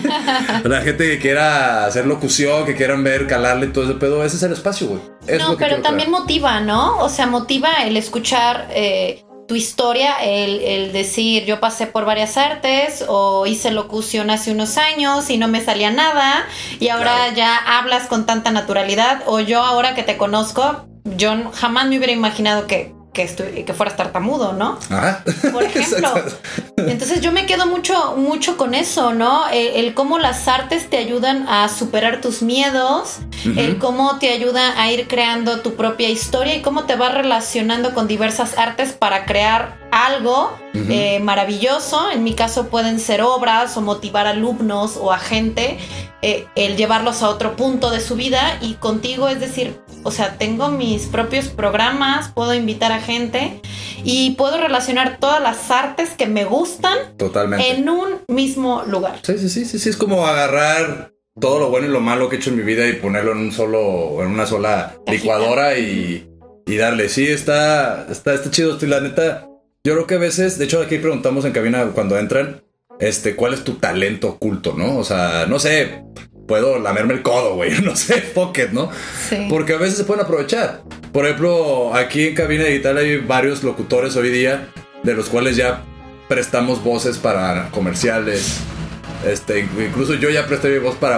La gente que quiera hacer locución, que quieran ver, calarle todo ese pedo, ese es el espacio, güey. No, pero también motiva, ¿no? O sea, motiva el escuchar tu historia, el decir, yo pasé por varias artes o hice locución hace unos años y no me salía nada y ahora ya hablas con tanta naturalidad, o yo ahora que te conozco, yo jamás me hubiera imaginado que fueras tartamudo, ¿no? Ajá. Por ejemplo. Entonces yo me quedo mucho con eso, ¿no? El cómo las artes te ayudan a superar tus miedos, el cómo te ayuda a ir creando tu propia historia y cómo te vas relacionando con diversas artes para crear algo maravilloso. En mi caso pueden ser obras o motivar alumnos o a gente, el llevarlos a otro punto de su vida, y contigo es decir, o sea, tengo mis propios programas, puedo invitar a gente y puedo relacionar todas las artes que me gustan totalmente en un mismo lugar. Sí, es como agarrar todo lo bueno y lo malo que he hecho en mi vida y ponerlo en una sola licuadora y darle. Sí, está chido. La neta, yo creo que a veces, de hecho aquí preguntamos en cabina cuando entran, ¿cuál es tu talento oculto, no? O sea, no sé, puedo lamerme el codo, güey, no sé, fuck it, ¿no? Sí. Porque a veces se pueden aprovechar. Por ejemplo, aquí en Cabina Digital hay varios locutores hoy día, de los cuales ya prestamos voces para comerciales. Incluso yo ya presté mi voz para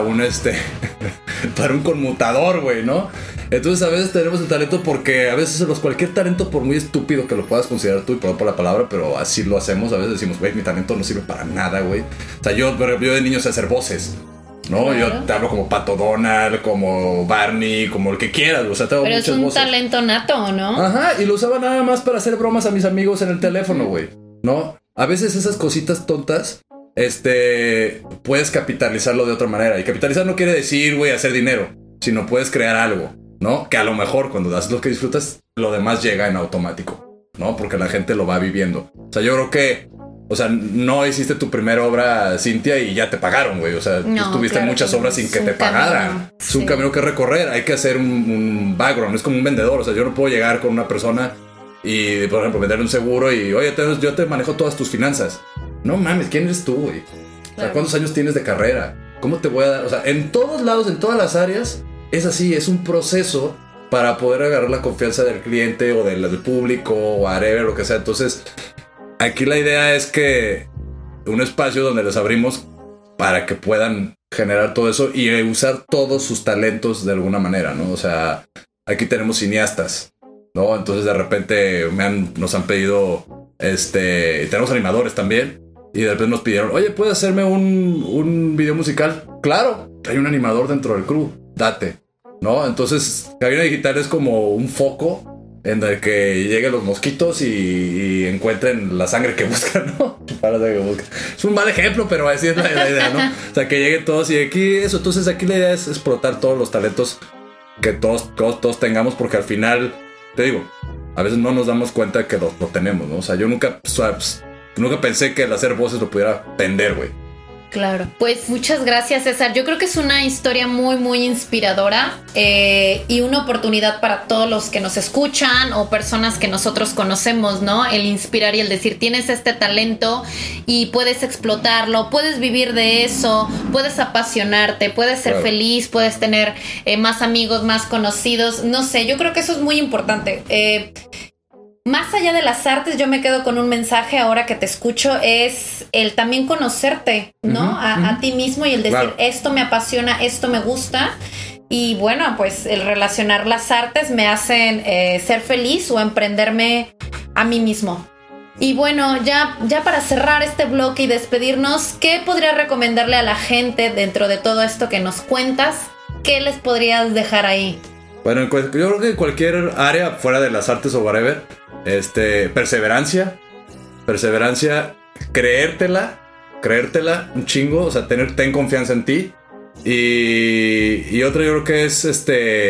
para un conmutador, güey, ¿no? Entonces a veces tenemos el talento porque a veces cualquier talento, por muy estúpido que lo puedas considerar tú, y perdón por la palabra, pero así lo hacemos. A veces decimos, güey, mi talento no sirve para nada, güey. O sea, yo de niño sé hacer voces, ¿no? Claro. Yo te hablo como Pato Donald, como Barney, como el que quieras. O sea, tengo pero muchas es un voces. Talento nato, ¿no? Ajá, y lo usaba nada más para hacer bromas a mis amigos en el teléfono, güey, ¿no? A veces esas cositas tontas, puedes capitalizarlo de otra manera. Y capitalizar no quiere decir, güey, hacer dinero, sino puedes crear algo, ¿no? Que a lo mejor cuando das lo que disfrutas, lo demás llega en automático, ¿no? Porque la gente lo va viviendo. O sea, yo creo que, o sea, no hiciste tu primera obra, Cintia, y ya te pagaron, güey. O sea, no, tú tuviste muchas obras sin que te pagaran. Es un camino que recorrer. Hay que hacer un background. Es como un vendedor. O sea, yo no puedo llegar con una persona y, por ejemplo, venderle un seguro y, oye, yo te manejo todas tus finanzas. No mames, ¿quién eres tú, güey? O sea, ¿cuántos años tienes de carrera? ¿Cómo te voy a dar? O sea, en todos lados, en todas las áreas, es así. Es un proceso para poder agarrar la confianza del cliente o del público o whatever, lo que sea. Entonces, aquí la idea es que un espacio donde les abrimos para que puedan generar todo eso y usar todos sus talentos de alguna manera, ¿no? O sea, aquí tenemos cineastas, ¿no? Entonces de repente nos han pedido, tenemos animadores también, y de repente nos pidieron, oye, ¿puedes hacerme un video musical? Claro, hay un animador dentro del crew, date, ¿no? Entonces Cabina Digital es como un foco en el que lleguen los mosquitos y encuentren la sangre que buscan, ¿no? Para la sangre que buscan. Es un mal ejemplo, pero así es la idea, ¿no? O sea, que lleguen todos y aquí eso. Entonces aquí la idea es explotar todos los talentos que todos tengamos, porque al final, te digo, a veces no nos damos cuenta que lo tenemos, ¿no? O sea, yo nunca pensé que el hacer voces lo pudiera vender, güey. Claro, pues muchas gracias, César. Yo creo que es una historia muy, muy inspiradora y una oportunidad para todos los que nos escuchan o personas que nosotros conocemos, ¿no? El inspirar y el decir, tienes este talento y puedes explotarlo, puedes vivir de eso, puedes apasionarte, puedes ser feliz, puedes tener más amigos, más conocidos, no sé, yo creo que eso es muy importante. Más allá de las artes, yo me quedo con un mensaje ahora que te escucho, es el también conocerte, ¿no? A ti mismo y el decir, esto me apasiona, esto me gusta. Y bueno, pues el relacionar las artes me hacen ser feliz o emprenderme a mí mismo. Y bueno, ya para cerrar este bloque y despedirnos, ¿qué podrías recomendarle a la gente dentro de todo esto que nos cuentas? ¿Qué les podrías dejar ahí? Bueno, yo creo que en cualquier área fuera de las artes o whatever, perseverancia, creértela un chingo, o sea, ten confianza en ti. Y otro yo creo que es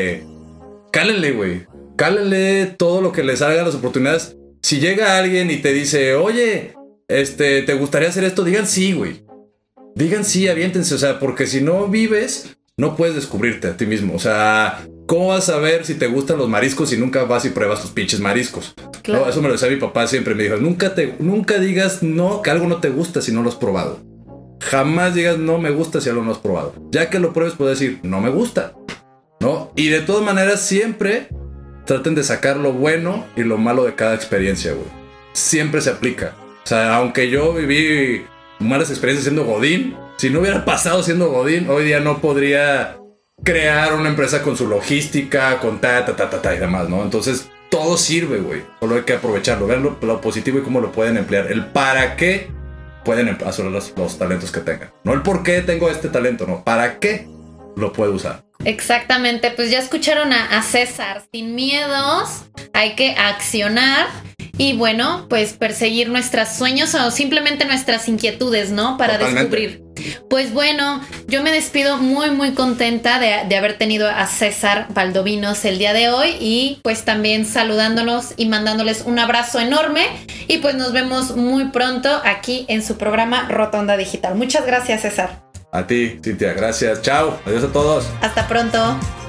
cálenle todo lo que les salga, las oportunidades. Si llega alguien y te dice, oye, ¿te gustaría hacer esto? Digan sí, güey. Digan sí, aviéntense, o sea, porque si no vives, no puedes descubrirte a ti mismo. O sea, ¿cómo vas a ver si te gustan los mariscos si nunca vas y pruebas tus pinches mariscos? Claro. No, eso me lo decía mi papá siempre. Me dijo, nunca digas no, que algo no te gusta si no lo has probado. Jamás digas no me gusta si algo no has probado. Ya que lo pruebes puedes decir no me gusta, ¿no? Y de todas maneras siempre traten de sacar lo bueno y lo malo de cada experiencia, güey. Siempre se aplica. O sea, aunque yo viví malas experiencias siendo godín, si no hubiera pasado siendo godín, hoy día no podría crear una empresa con su logística, con y demás, ¿no? Entonces, todo sirve, güey. Solo hay que aprovecharlo, ver lo positivo y cómo lo pueden emplear. El para qué pueden hacer los talentos que tengan. No el por qué tengo este talento, no. ¿Para qué lo puedo usar? Exactamente, pues ya escucharon a César. Sin miedos, hay que accionar y bueno, pues perseguir nuestros sueños o simplemente nuestras inquietudes, ¿no? Para descubrir. Pues bueno, yo me despido muy, muy contenta de haber tenido a César Valdovinos el día de hoy y pues también saludándonos y mandándoles un abrazo enorme y pues nos vemos muy pronto aquí en su programa Rotonda Digital. Muchas gracias, César. A ti, Cintia, gracias. Chao, adiós a todos. Hasta pronto.